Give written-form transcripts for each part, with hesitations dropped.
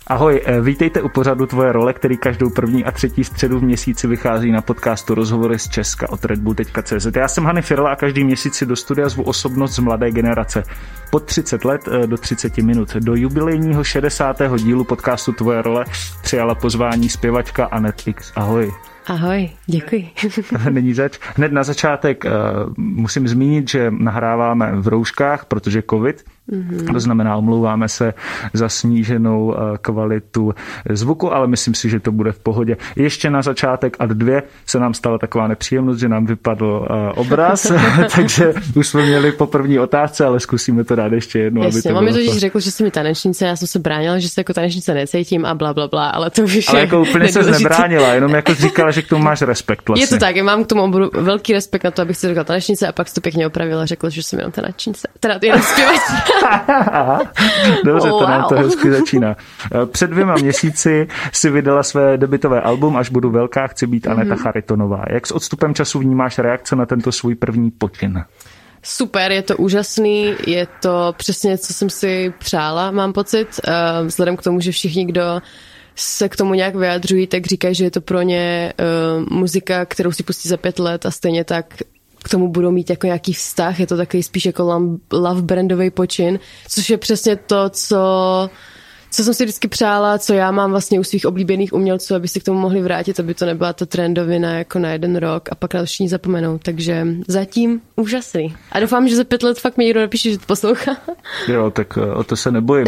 Ahoj, vítejte u pořadu Tvoje role, který každou první a třetí středu v měsíci vychází na podcastu Rozhovory z Česka od redbull.cz. Já jsem Hany Firla a každý měsíc si do studia zvu osobnost z mladé generace. Pod 30 let do 30 minut. Do jubilejního 60. dílu podcastu Tvoje role přijala pozvání zpěvačka Anette X. Ahoj. Ahoj, děkuji. Není zač. Hned na začátek musím zmínit, že nahráváme v rouškách, protože covid. To znamená, omlouváme se za sníženou kvalitu zvuku, ale myslím si, že to bude v pohodě. Ještě na začátek ad 2 se nám stala taková nepříjemnost, že nám vypadl obraz, takže už jsme měli po první otázce, ale zkusíme to dát ještě jednou. Jasně, mami totiž řekl, že jsem mi tanečnice, já jsem se bránila, že se jako tanečnice necítím a blablabla, ale to už ale jako úplně se nebránila, jenom jako říkala, že k tomu máš respekt vlastně. Je to tak, já mám k tomu velký respekt na to, abych si řekla tanečnice a pak si to pěkně opravila, řekla, že jsem jenom tanečnice. Teda jenom zpěvačka. Dobře, to nám to hezky začíná. Před 2 měsíci si vydala své debutové album Až budu velká, chci být Aneta Charitonová. Jak s odstupem času vnímáš reakce na tento svůj první počin? Super, je to úžasný, je to přesně, co jsem si přála, mám pocit. Vzhledem k tomu, že všichni, kdo se k tomu nějak vyjadřují, tak říkají, že je to pro ně muzika, kterou si pustí za 5 let a stejně tak k tomu budou mít jako nějaký vztah, je to takový spíš jako love brandový počin, což je přesně to, co jsem si vždycky přála, co já mám vlastně u svých oblíbených umělců, aby si k tomu mohli vrátit, aby to nebyla ta trendovina jako na 1 rok a pak na to všichni zapomenou. Takže zatím úžasný. A doufám, že za 5 let fakt mi někdo napíše, že to poslouchá. Jo, tak o to se nebojím.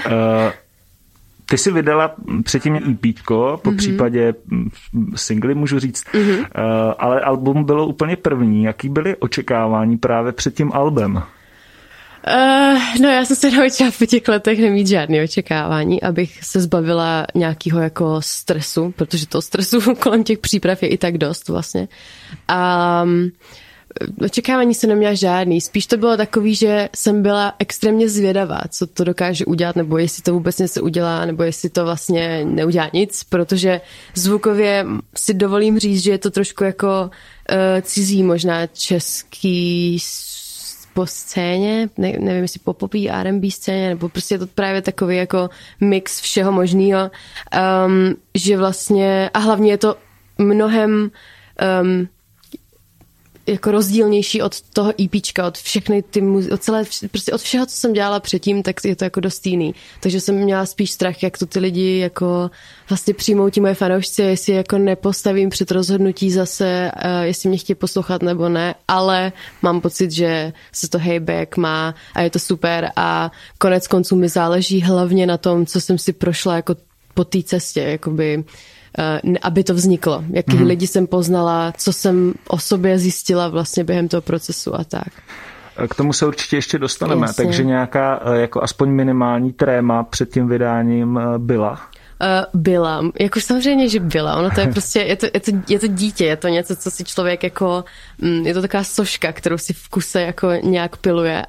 Ty jsi vydala předtím EPčko, po případě singly, můžu říct, ale album bylo úplně první. Jaký byly očekávání právě před tím albem? No já jsem se naučila po těch letech nemít žádné očekávání, abych se zbavila nějakého jako stresu, protože toho stresu kolem těch příprav je i tak dost vlastně. A očekávání jsem neměla žádný. Spíš to bylo takový, že jsem byla extrémně zvědavá, co to dokáže udělat, nebo jestli to vůbec něco udělá, nebo jestli to vlastně neudělá nic, protože zvukově si dovolím říct, že je to trošku jako cizí možná český po scéně, nevím, jestli popový R&B scéně, nebo prostě je to právě takový jako mix všeho možného, že vlastně, a hlavně je to mnohem jako rozdílnější od toho EPčka, od všechny ty prostě od všeho, co jsem dělala předtím, tak je to jako dost jiný. Takže jsem měla spíš strach, jak to ty lidi jako vlastně přijmou ti moje fanoušci, jestli jako nepostavím před rozhodnutí zase, jestli mě chtějí poslouchat nebo ne, ale mám pocit, že se to hejback má a je to super a konec konců mi záleží hlavně na tom, co jsem si prošla jako po té cestě, jakoby aby to vzniklo. Jaký lidi jsem poznala, co jsem o sobě zjistila vlastně během toho procesu a tak. K tomu se určitě ještě dostaneme, takže nějaká jako aspoň minimální tréma před tím vydáním byla? Byla. Jako samozřejmě, že byla. Ono to je prostě, je to dítě, je to něco, co si člověk jako, je to taková soška, kterou si v kuse jako nějak piluje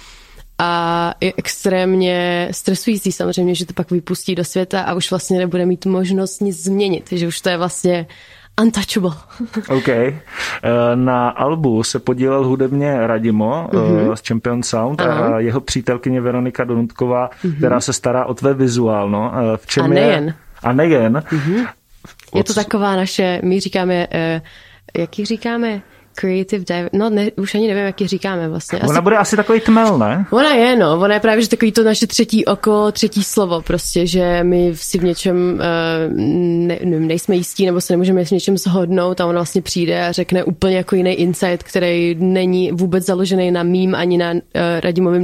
a je extrémně stresující samozřejmě, že to pak vypustí do světa a už vlastně nebude mít možnost nic změnit, že už to je vlastně untouchable. OK. Na albu se podílel hudebně Radimo z Champion Sound a jeho přítelkyně Veronika Donutková, která se stará o tvé vizuál. No. V čem a nejen. Je to Co... taková naše, my říkáme, jak ji říkáme? Creative už ani nevím, jak ji říkáme vlastně. Ona bude asi takový tmel, ne? Ona je právě, že takový to naše třetí oko, třetí slovo prostě, že my si v něčem nejsme jistí nebo se nemůžeme v něčem shodnout a ona vlastně přijde a řekne úplně jako jiný insight, který není vůbec založený na mým ani na Radimovým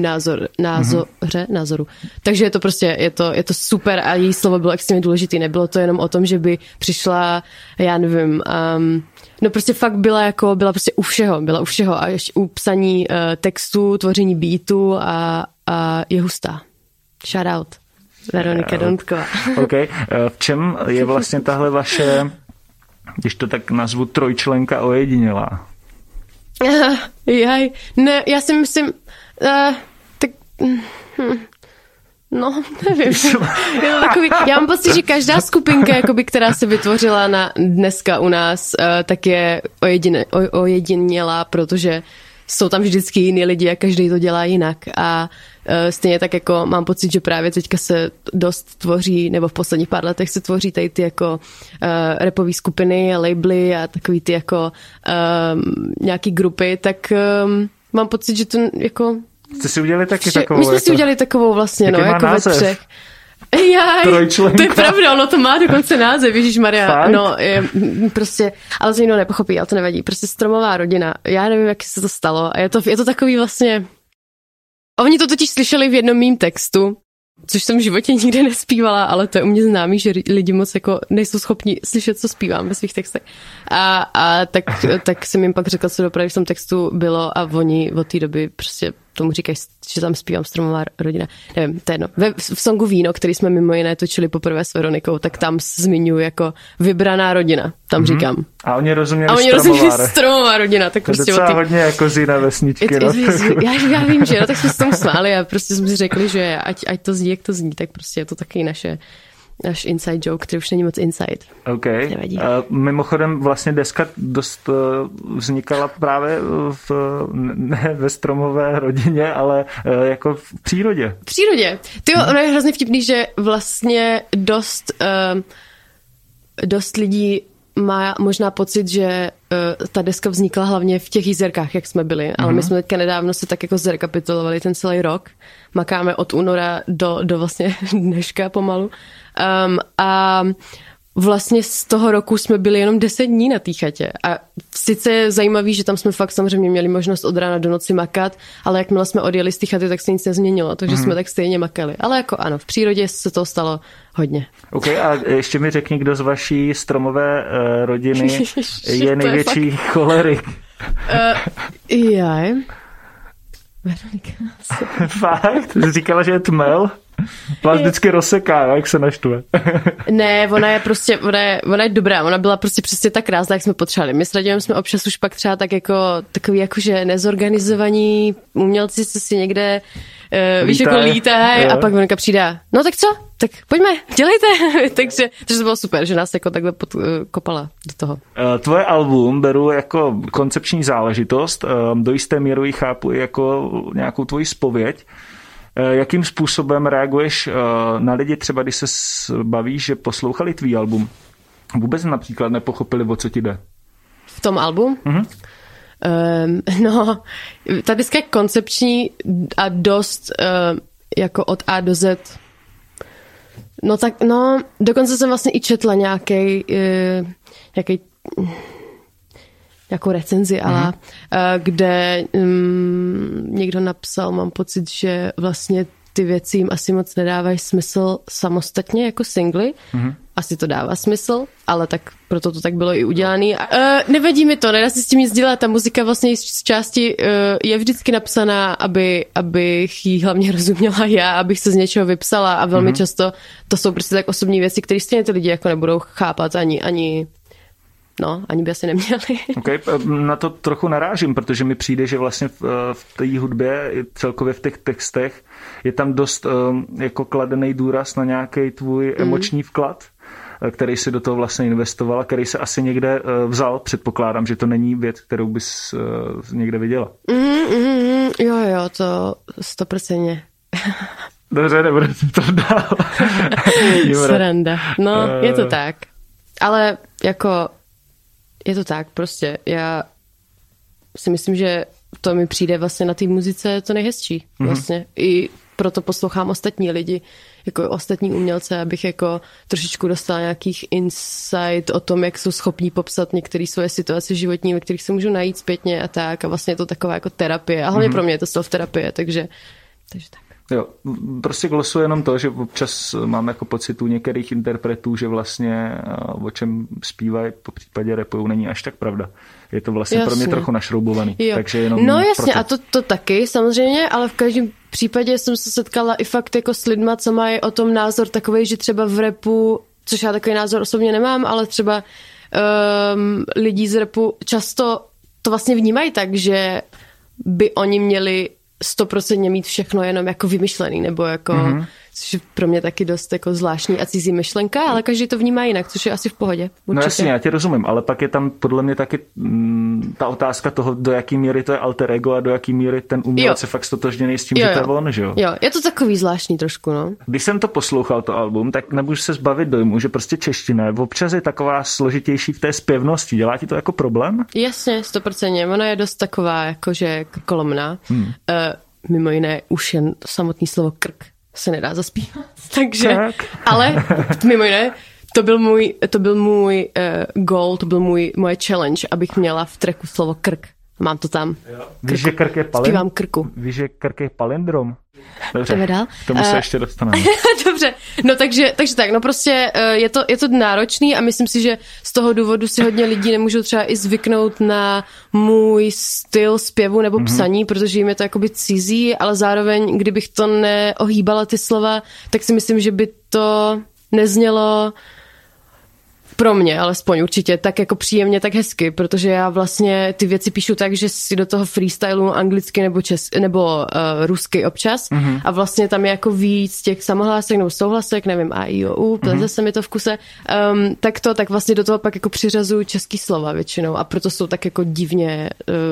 názoru. Takže je to prostě, je to super a její slovo bylo extrémně důležitý. Nebylo to jenom o tom, že by přišla, já nevím, no prostě fakt byla prostě u všeho a ještě u psaní textu, tvoření beatu a je hustá. Shout out. Veronika Donutková. OK. V čem je vlastně tahle vaše, když to tak nazvu, trojčlenka ojedinělá? Ne, já si myslím, tak... No, nevím. Já mám pocit, že každá skupinka, jakoby, která se vytvořila dneska u nás, tak je ojedinělá, protože jsou tam vždycky jiný lidi a každý to dělá jinak a stejně tak jako mám pocit, že právě teďka se dost tvoří, nebo v posledních pár letech se tvoří tady ty jako rapové skupiny a labely a takový ty jako nějaký grupy, tak mám pocit, že to jako... Jste si udělali taky takovou? My jsme si udělali takovou vlastně, no, jako ve třech. To je pravda, ono to má dokonce název, ježišmarja, no, prostě, ale to nikdo nepochopí, ale to nevadí, prostě Stromová rodina, já nevím, jak se to stalo a je to takový vlastně, oni to totiž slyšeli v jednom mým textu, což jsem v životě nikdy nespívala, ale to je u mě známý, že lidi moc jako nejsou schopni slyšet, co zpívám ve svých textech. A tak jsem jim pak řekla, co dopravy v tom textu bylo a oni od té doby prostě tomu říkají, že tam zpívám Stromová rodina. Nevím, to je jedno. V songu Víno, který jsme mimo jiné točili poprvé s Veronikou, tak tam zmiňuji jako vybraná rodina. Tam říkám. A oni rozuměli Stromová rodina. Tak to je prostě docela hodně jako z jiné vesničky. Já vím, že tak jsme se tomu smáli a prostě jsme si řekli, že ať to zní, jak to zní, tak prostě je to taky náš inside joke, který už není moc inside. OK. Mimochodem vlastně deska dost vznikala právě ne ve Stromové rodině, ale jako v přírodě. V přírodě. Ono je hrozně vtipný, že vlastně dost lidí má možná pocit, že ta deska vznikla hlavně v těch Jizerkách, jak jsme byli, ale my jsme teďka nedávno se tak jako zrekapitulovali ten celý rok. Makáme od února do vlastně dneška pomalu. A vlastně z toho roku jsme byli jenom 10 dní na té chatě. A sice je zajímavý, že tam jsme fakt samozřejmě měli možnost od rána do noci makat, ale jakmile jsme odjeli z té chaty, tak se nic nezměnilo, takže jsme tak stejně makali. Ale jako ano, v přírodě se to stalo hodně. OK, a ještě mi řekni, kdo z vaší Stromové rodiny je největší cholerik. Já Veronika. Fakt? Jsi říkala, že je tmel? Vás vždycky rozseká, jak se naštve. Ne, ona je dobrá, ona byla prostě přesně tak krásná, jak jsme potřebovali. My s Radimem jsme občas už pak třeba tak jako takový jakože nezorganizovaní umělci, co si někde víš, jako lítají a pak Veronika přijde, no tak co? Tak pojďme, dělejte. Takže to bylo super, že nás jako takhle kopala do toho. Tvoje album beru jako koncepční záležitost, do jisté míry chápu jako nějakou tvoji zpověď. Jakým způsobem reaguješ na lidi, třeba když se bavíš, že poslouchali tvý album? Vůbec například nepochopili, o co ti jde. V tom albu? No, ta diska je koncepční a dost jako od A do Z. No tak, no, dokonce jsem vlastně i četla nějakou recenzi, ale kde někdo napsal, mám pocit, že vlastně ty věci jim asi moc nedávají smysl samostatně jako singly. Asi to dává smysl, ale tak proto to tak bylo i udělaný. Nevadí mi to, nedá se s tím nic dělat. Ta muzika vlastně z části je vždycky napsaná, abych jí hlavně rozuměla já, abych se z něčeho vypsala a velmi často to jsou prostě tak osobní věci, které stejně ty lidi jako nebudou chápat ani by asi neměli. Okay, na to trochu narážím, protože mi přijde, že vlastně v té hudbě, celkově v těch textech, je tam dost jako kladený důraz na nějaký tvůj emoční vklad, který si do toho vlastně investovala, který se asi někde vzal. Předpokládám, že to není věc, kterou bys někde viděla. Jo, to 100%. Dobře, nebudu to dál. Sranda. No, je to tak. Ale jako je to tak, prostě. Já si myslím, že to mi přijde vlastně na té muzice to nejhezčí. Vlastně. I proto poslouchám ostatní lidi, jako ostatní umělce, abych jako trošičku dostala nějakých insight o tom, jak jsou schopní popsat některé svoje situace životní, ve kterých se můžu najít zpětně a tak. A vlastně je to taková jako terapie. A hlavně pro mě je to self-terapie, takže tak. Jo, prostě glosuje jenom to, že občas mám jako pocit u některých interpretů, že vlastně o čem zpívají, po případě rapujou, není až tak pravda. Je to vlastně pro mě trochu našroubovaný. Takže jenom no jasně, a to taky samozřejmě, ale v každém případě jsem se setkala i fakt jako s lidma, co mají o tom názor takovej, že třeba v rapu, což já takový názor osobně nemám, ale třeba lidi z rapu často to vlastně vnímají tak, že by oni měli 100% mít všechno jenom jako vymyšlený, nebo jako což je pro mě taky dost jako zvláštní a cizí myšlenka, ale každý to vnímá jinak, což je asi v pohodě. Určitě. No jasně, já tě rozumím, ale pak je tam podle mě taky ta otázka toho, do jaký míry to je alter ego a do jaký míry ten umělec je fakt stotožněný s tím, že to je on, že jo? Jo, je to takový zvláštní trošku, no. Když jsem to poslouchal, to album, tak nemůžu se zbavit dojmu, že prostě čeština občas je taková složitější v té zpěvnosti. Dělá ti to jako problém? Jasně, 100%. Ona je dost taková, jakože kolomná. Mimo jiné už jen samotný slovo krk se nedá zaspívat. Takže, ale mimo jiné, to byl můj goal, to byl moje challenge, abych měla v tracku slovo krk. Mám to tam. Víš, že krk je palindrom? Zpívám krku. Víš, že krk je palindrom? Dobře, k tomu se ještě dostaneme. Dobře, no takže tak, no prostě je to náročný a myslím si, že z toho důvodu si hodně lidí nemůžou třeba i zvyknout na můj styl zpěvu nebo psaní, protože jim je to jakoby cizí, ale zároveň, kdybych to neohýbala ty slova, tak si myslím, že by to neznělo pro mě, alespoň určitě, tak jako příjemně, tak hezky, protože já vlastně ty věci píšu tak, že si do toho freestylu anglicky nebo rusky občas a vlastně tam je jako víc těch samohlásek nebo souhlasek, nevím, a i o u, pleze se mi to v kuse, tak vlastně do toho pak jako přiřazuju český slova většinou a proto jsou tak jako divně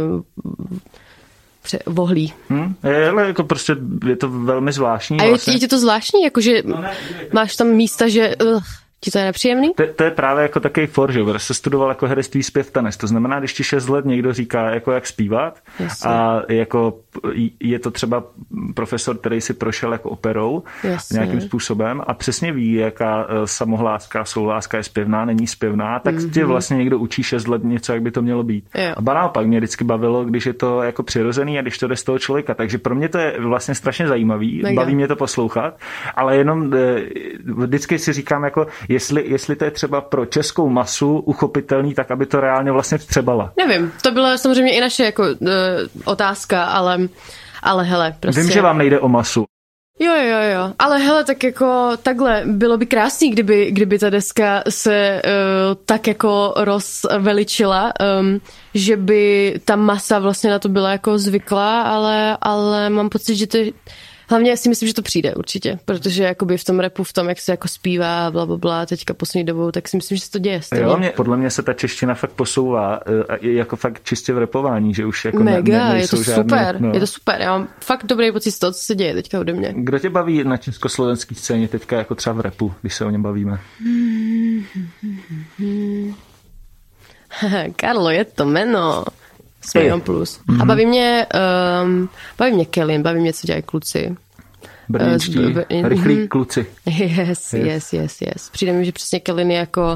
vohlí. Ale jako prostě je to velmi zvláštní. A vlastně. Je ti to zvláštní? Jakože máš tam místa, že ti to je nepříjemný? To je právě jako takový for, že se studoval jako herectví, zpěv, tanec. To znamená, když ti 6 let někdo říká, jako jak zpívat a jako je to třeba profesor, který si prošel jako operou nějakým způsobem a přesně ví, jaká samohláska, souhláska je zpěvná, není zpěvná, tak tě vlastně někdo učí 6 let něco, jak by to mělo být. Jo. A naopak mě vždycky bavilo, když je to jako přirozený a když to jde z toho člověka. Takže pro mě to je vlastně strašně zajímavý, baví mě to poslouchat, ale jenom vždycky si říkám jako jestli to je třeba pro českou masu uchopitelný, tak aby to reálně vlastně vstřebala. Nevím, to byla samozřejmě i naše jako otázka, ale hele, prostě. Vím, že vám nejde o masu. Jo, ale hele, tak jako takhle, bylo by krásný, kdyby ta deska se tak jako rozveličila, že by ta masa vlastně na to byla jako zvyklá, ale mám pocit, že to je. Hlavně si myslím, že to přijde určitě, protože jakoby v tom rapu, v tom, jak se jako zpívá, blablabla, teďka poslední dobou, tak si myslím, že se to děje stejně. Jo, podle mě se ta čeština fakt posouvá, jako fakt čistě v rapování, že už jako mega, je to žádný, super, je to super, já mám fakt dobrý pocit z toho, co se děje teďka ode mě. Kdo tě baví na československé scéně teďka jako třeba v rapu, když se o něm bavíme? Karlo, je to jméno. Smion plus. A baví mě Kelin, baví mě, co dělají kluci. Brněnští, rychlí kluci. Yes. Přijde mi, že přesně Kelin je jako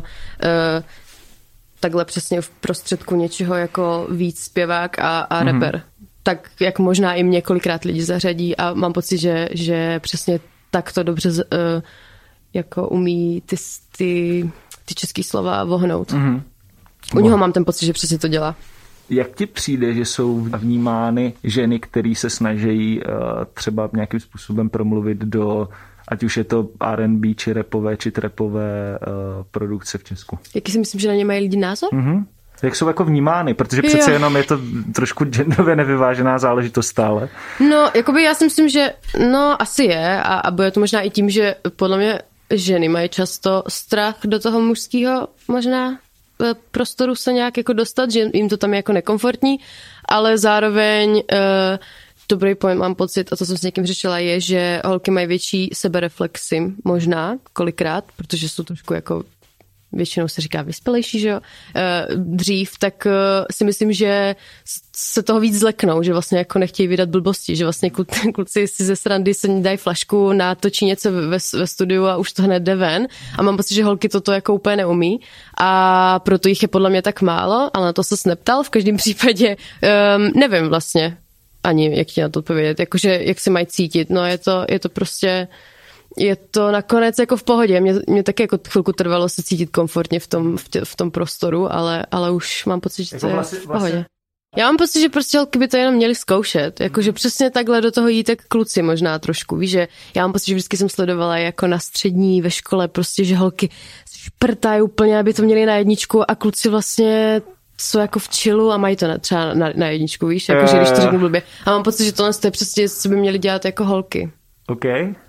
takhle přesně v prostředku něčeho jako víc zpěvák a rapper. Tak jak možná i mě kolikrát lidi zařadí a mám pocit, že přesně tak to dobře jako umí ty český slova vohnout. U něho mám ten pocit, že přesně to dělá. Jak ti přijde, že jsou vnímány ženy, které se snaží třeba nějakým způsobem promluvit do, ať už je to R&B, či rapové, či trapové produkce v Česku? Jaký si myslím, že na ně mají lidi názor? Jak jsou jako vnímány? Protože přece jenom je to trošku genderově nevyvážená záležitost stále. No, jakoby já si myslím, že asi je a bude to možná i tím, že podle mě ženy mají často strach do toho mužského možná prostoru se nějak jako dostat, že jim to tam je jako nekomfortní, ale zároveň dobrý point mám pocit, a to jsem s někým řešila, je, že holky mají větší sebereflexy možná kolikrát, protože jsou trošku jako většinou se říká vyspělejší, že jo, dřív, tak si myslím, že se toho víc zleknou, že vlastně jako nechtějí vydat blbosti, že vlastně kluci si ze srandy se dají flašku, natočí něco ve studiu a už to hned jde ven a mám pocit, že holky toto jako úplně neumí a proto jich je podle mě tak málo, ale na to se neptal, v každém případě nevím vlastně ani, jak ti na to odpovědět, jakože jak se mají cítit, no je to prostě je to nakonec jako v pohodě. Mě taky jako chvilku trvalo se cítit komfortně v tom prostoru, ale už mám pocit, že to je v pohodě. Já mám pocit, že prostě holky by to jenom měly zkoušet. Jakože přesně takhle do toho jít jak kluci možná trošku. Víš, že já mám pocit, že vždycky jsem sledovala jako na střední, ve škole, prostě, že holky šprtají úplně, aby to měli na jedničku a kluci vlastně jsou jako v chillu a mají to třeba na jedničku, víš, jakože když to řeknu blbě. A mám pocit, že tohle je přesně, co by měli dělat jako holky. OK.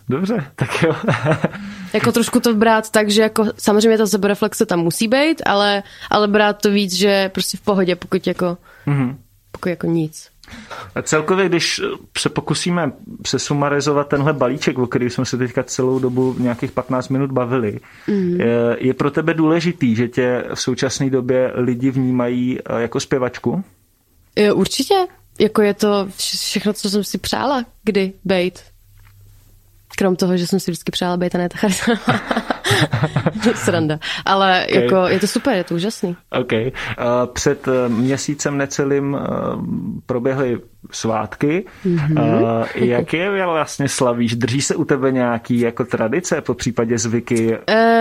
Dobře, tak jo. Jako trošku to brát tak, že jako samozřejmě ta sebereflexe tam musí být, ale brát to víc, že prostě v pohodě, pokud jako nic. A celkově, když se pokusíme přesumarizovat tenhle balíček, o který jsme se teďka celou dobu nějakých 15 minut bavili, je pro tebe důležitý, že tě v současné době lidi vnímají jako zpěvačku? Jo, určitě. Jako je to všechno, co jsem si přála kdy bejt. Krom toho, že jsem si vždycky přála bejt a ne ta Charisma. Sranda. Ale okay. Jako je to super, je to úžasný. OK. Před měsícem necelým proběhly svátky. Jak je vlastně slavíš? Drží se u tebe nějaký jako tradice, po případě zvyky?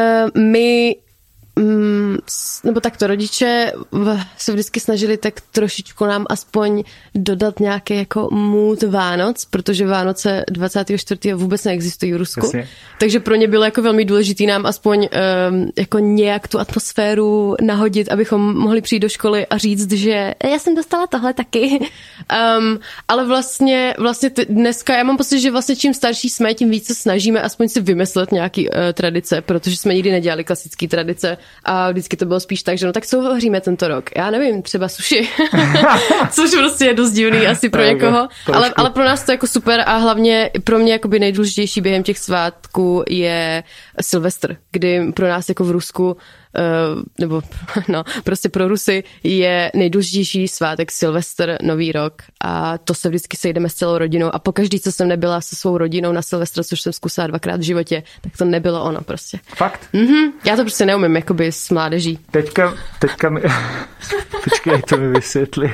Nebo takto rodiče se vždycky snažili tak trošičku nám aspoň dodat nějaký jako mood Vánoc, protože Vánoce 24. vůbec neexistují v Rusku. Jasně. Takže pro ně bylo jako velmi důležitý nám aspoň jako nějak tu atmosféru nahodit, abychom mohli přijít do školy a říct, že já jsem dostala tohle taky. Ale vlastně dneska já mám pocit, že vlastně čím starší jsme, tím více snažíme aspoň si vymyslet nějaký tradice, protože jsme nikdy nedělali klasické tradice. A vždycky to bylo spíš tak, že no tak co vaříme tento rok? Já nevím, třeba sushi. Což prostě je dost divný asi pro někoho. Ale pro nás to je jako super a hlavně pro mě jakoby nejdůležitější během těch svátků je Silvestr, kdy pro nás jako v Rusku nebo no, prostě pro Rusy je nejdůležitější svátek Silvestr, Nový rok a to se vždycky sejdeme s celou rodinou a pokaždý, co jsem nebyla se svou rodinou na Silvestra, což jsem zkusila 2krát v životě, tak to nebylo ono prostě. Fakt? Já to prostě neumím, jakoby s mládeží. Teďka mi... Počkej, to mi vysvětli.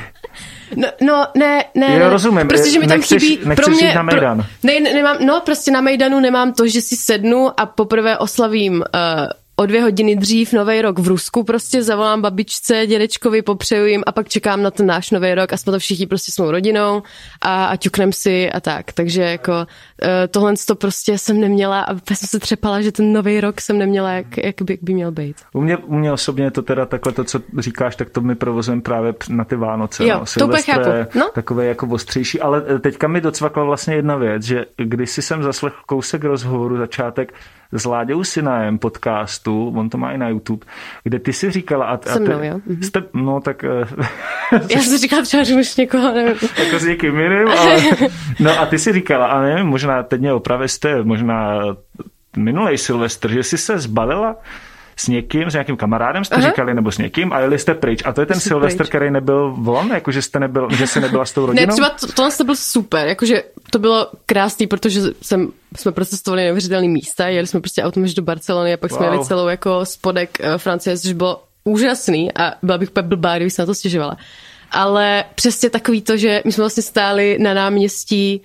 No, ne. Jo, rozumím. Prostě, že mi tam chybí... Nechceš jít na Mejdan. Nemám, prostě na Mejdanu nemám to, že si sednu a poprvé oslavím o 2 hodiny dřív Nový rok v Rusku, prostě zavolám babičce, dědečkovi, popřeju jim a pak čekám na ten náš Nový rok a jsme to všichni prostě s mou rodinou a ťuknem si a tak. Takže jako tohle to prostě jsem neměla a jsem se třepala, že ten Nový rok jsem neměla, jak by měl být. U mě osobně to teda takhle to, co říkáš, tak to my provozujeme právě na ty Vánoce. Jo, to úplně chápu. No? Takové jako ostřejší, ale teďka mi docvakla vlastně jedna věc, že když si jsem zaslechl kousek rozhovoru, začátek s Láďou Sinajem podcastu, on to má i na YouTube, kde ty si říkala... Se mnou, jo. No tak... Já jsem říkala třeba, že už někoho nevím. Jako s někým jiným, ale... No a ty si říkala, a nevím, možná teď mě opravíte, možná minulej Silvestr, že jsi se zbalila s někým, s nějakým kamarádem jste říkali, nebo s někým a jeli jste pryč. A to je ten Silvestr, který nebyl von, jako že jsi nebyla s tou rodinou? Ne, třeba tohle byl super, jakože to bylo krásný, protože jsme procestovali neuvěřitelný místa, jeli jsme prostě autem až do Barcelony a pak jsme jeli celou jako spodek Francie, což bylo úžasný a byla bych úplně blbá, kdybych se na to stěžovala. Ale přesně takový to, že my jsme vlastně stáli na náměstí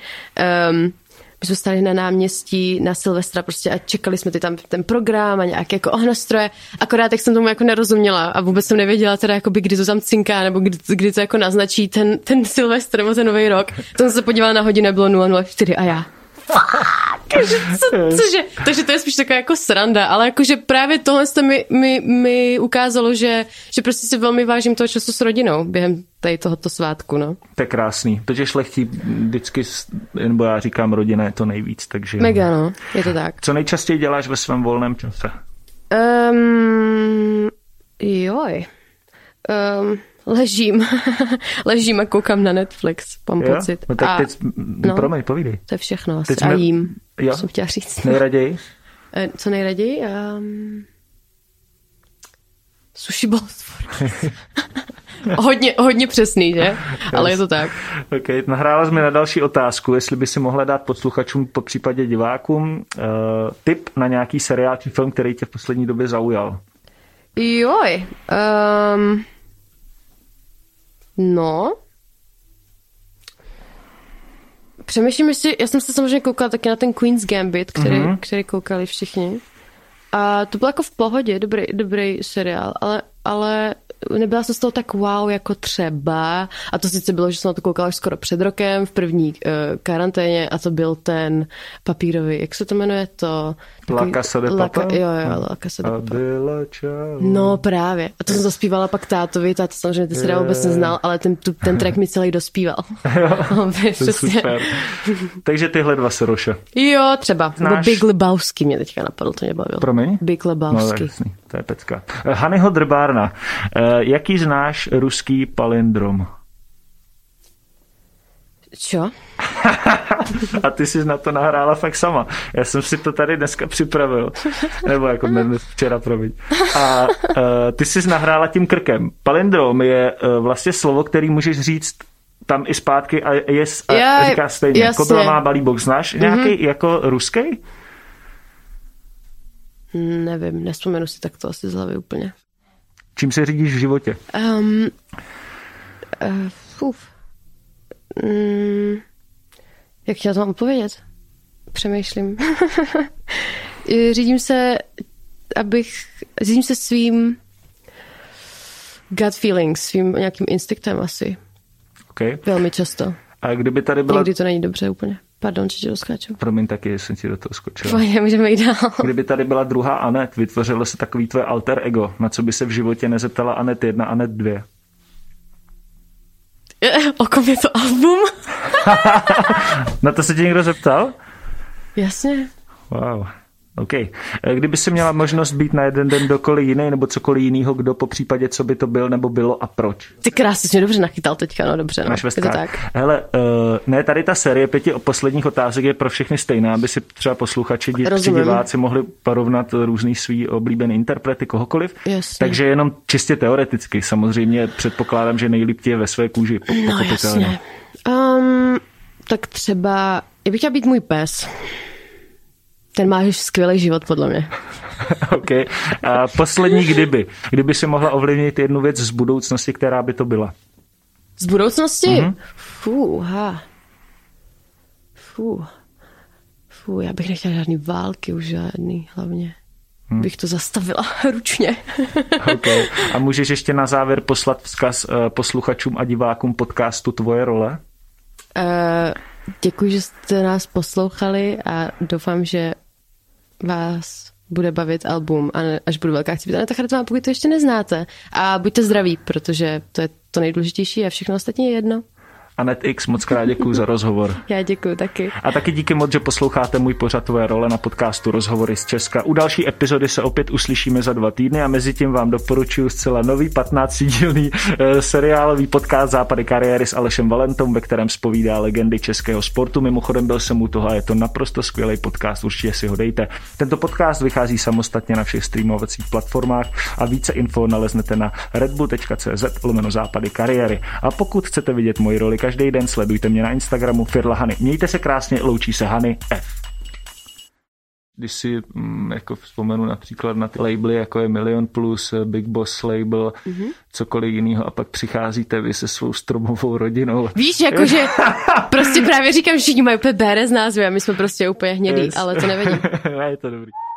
na Silvestra prostě a čekali jsme tam ten program a nějaké jako ohňostroje. Akorát tak jsem tomu jako nerozuměla a vůbec jsem nevěděla teda jakoby, kdy to tam cinká nebo kdy to jako naznačí ten Silvestr nebo ten Nový rok. To jsem se podívala na hodinu, bylo 004 a já. Cože? Takže to je spíš taková jako sranda, ale jakože právě tohle mi ukázalo, že prostě si velmi vážím toho času s rodinou během tady tohoto svátku, no. To je krásný. To, že šlechtí vždycky, nebo já říkám, rodina je to nejvíc, takže... Mega, no. Je to tak. Co nejčastěji děláš ve svém volném čase? Ležím a koukám na Netflix, mám pocit. No tak teď, promiň, povídej. To je všechno asi. A jím, jsem chtěla říct. Nejraději? Co nejraději? Sushi balls. hodně přesný, že? Ale je to tak. Okay, nahrála jsi mi na další otázku, jestli by si mohla dát posluchačům, po případě divákům, tip na nějaký seriál či film, který tě v poslední době zaujal. No. Přemýšlím, já jsem se samozřejmě koukala taky na ten Queen's Gambit, který koukali všichni. A to bylo jako v pohodě, dobrý seriál, ale nebyla jsem z toho tak wow jako třeba, a to sice bylo, že jsem na to koukala už skoro před rokem v první karanténě a to byl ten papírový, jak se to jmenuje to? La Casa de Papel? Jo, La Casa de Papel. Čau. No právě. A to jsem zaspívala pak tátovi, táta samozřejmě ty se vůbec neznal, ale ten track mi celý dospíval. Jo, to je super. Takže tyhle dva Soroše. Jo, třeba. Nebo Big Lebowski mě teďka napadl, to mě bavilo. Promiň? Big Lebowski. No, jasný, to je pecka. Hanyho Drbárna. Jaký znáš ruský palindrom? Čo? A ty jsi na to nahrála fakt sama. Já jsem si to tady dneska připravil. Nebo jako včera, promiň. A ty jsi nahrála tím krkem. Palindrom je vlastně slovo, který můžeš říct tam i zpátky a říká stejně. Jasně. Kobyla má balí bok. Znáš nějaký jako ruský? Nevím, nespomenu si tak to asi z hlavy úplně. Čím se řídíš v životě? Jak ti na to mám odpovědět? Přemýšlím. Řídím se svým gut feelings, svým nějakým instinktem asi. Okay. Velmi často. A kdyby tady byla... Někdy to není dobře úplně. Pardon, že tě doskáču. Promiň, taky jsem ti do toho skočil. Fajně, můžeme jít dál. Kdyby tady byla druhá Anet, vytvořilo se takový tvoje alter ego, na co by se v životě nezeptala Anet 1, Anet 2? O kom je to album? Na to se tě někdo zeptal? Jasně. Wow. OK. Kdyby si měla možnost být na jeden den kdokoliv jiný nebo cokoliv jinýho, kdo po případě, co by to byl nebo bylo a proč? Ty krásně jsi mě dobře nachytal teďka, no dobře. No. Je to tak. Hele, ne, tady ta série 5 posledních otázek je pro všechny stejná, aby si třeba posluchači, diváci mohli porovnat různý svý oblíbený interprety, kohokoliv. Jasně. Takže jenom čistě teoreticky. Samozřejmě předpokládám, že nejlíp ti je ve své kůži. No jasně. Tak třeba, já bych chtěla být můj pes. Ten máš skvělý život, podle mě. OK. A poslední kdyby si mohla ovlivnit jednu věc z budoucnosti, která by to byla? Z budoucnosti? Mm-hmm. Já bych nechtěla žádný války, už žádný hlavně. Bych to zastavila ručně. OK. A můžeš ještě na závěr poslat vzkaz posluchačům a divákům podcastu Tvoje role? Děkuji, že jste nás poslouchali a doufám, že vás bude bavit album a až budu velká, chci být Aneta Chartová, pokud to ještě neznáte. A buďte zdraví, protože to je to nejdůležitější a všechno ostatní je jedno. Anet X, moc krát děkuju za rozhovor. Já děkuju taky. A taky díky moc, že posloucháte můj pořad Tvoje role na podcastu Rozhovory z Česka. U další epizody se opět uslyšíme za 2 týdny a mezi tím vám doporučuji zcela nový 15dílný seriálový podcast Západy kariéry s Alešem Valentou, ve kterém zpovídá legendy českého sportu. Mimochodem byl jsem u toho a je to naprosto skvělý podcast, určitě si ho dejte. Tento podcast vychází samostatně na všech streamovacích platformách a více info naleznete na redbull.cz/západy kariéry. A pokud chcete vidět moji roli každý den, sledujte mě na Instagramu Firla Hany. Mějte se krásně, loučí se Hany F. Když si jako vzpomenu například na ty labely, jako je Milion Plus, Big Boss label, cokoliv jiného a pak přicházíte vy se svou stromovou rodinou. Víš, jakože prostě právě říkám, že všichni mají úplně bérez názvy a my jsme prostě úplně hnědý, ale to nevadí. Je to dobrý.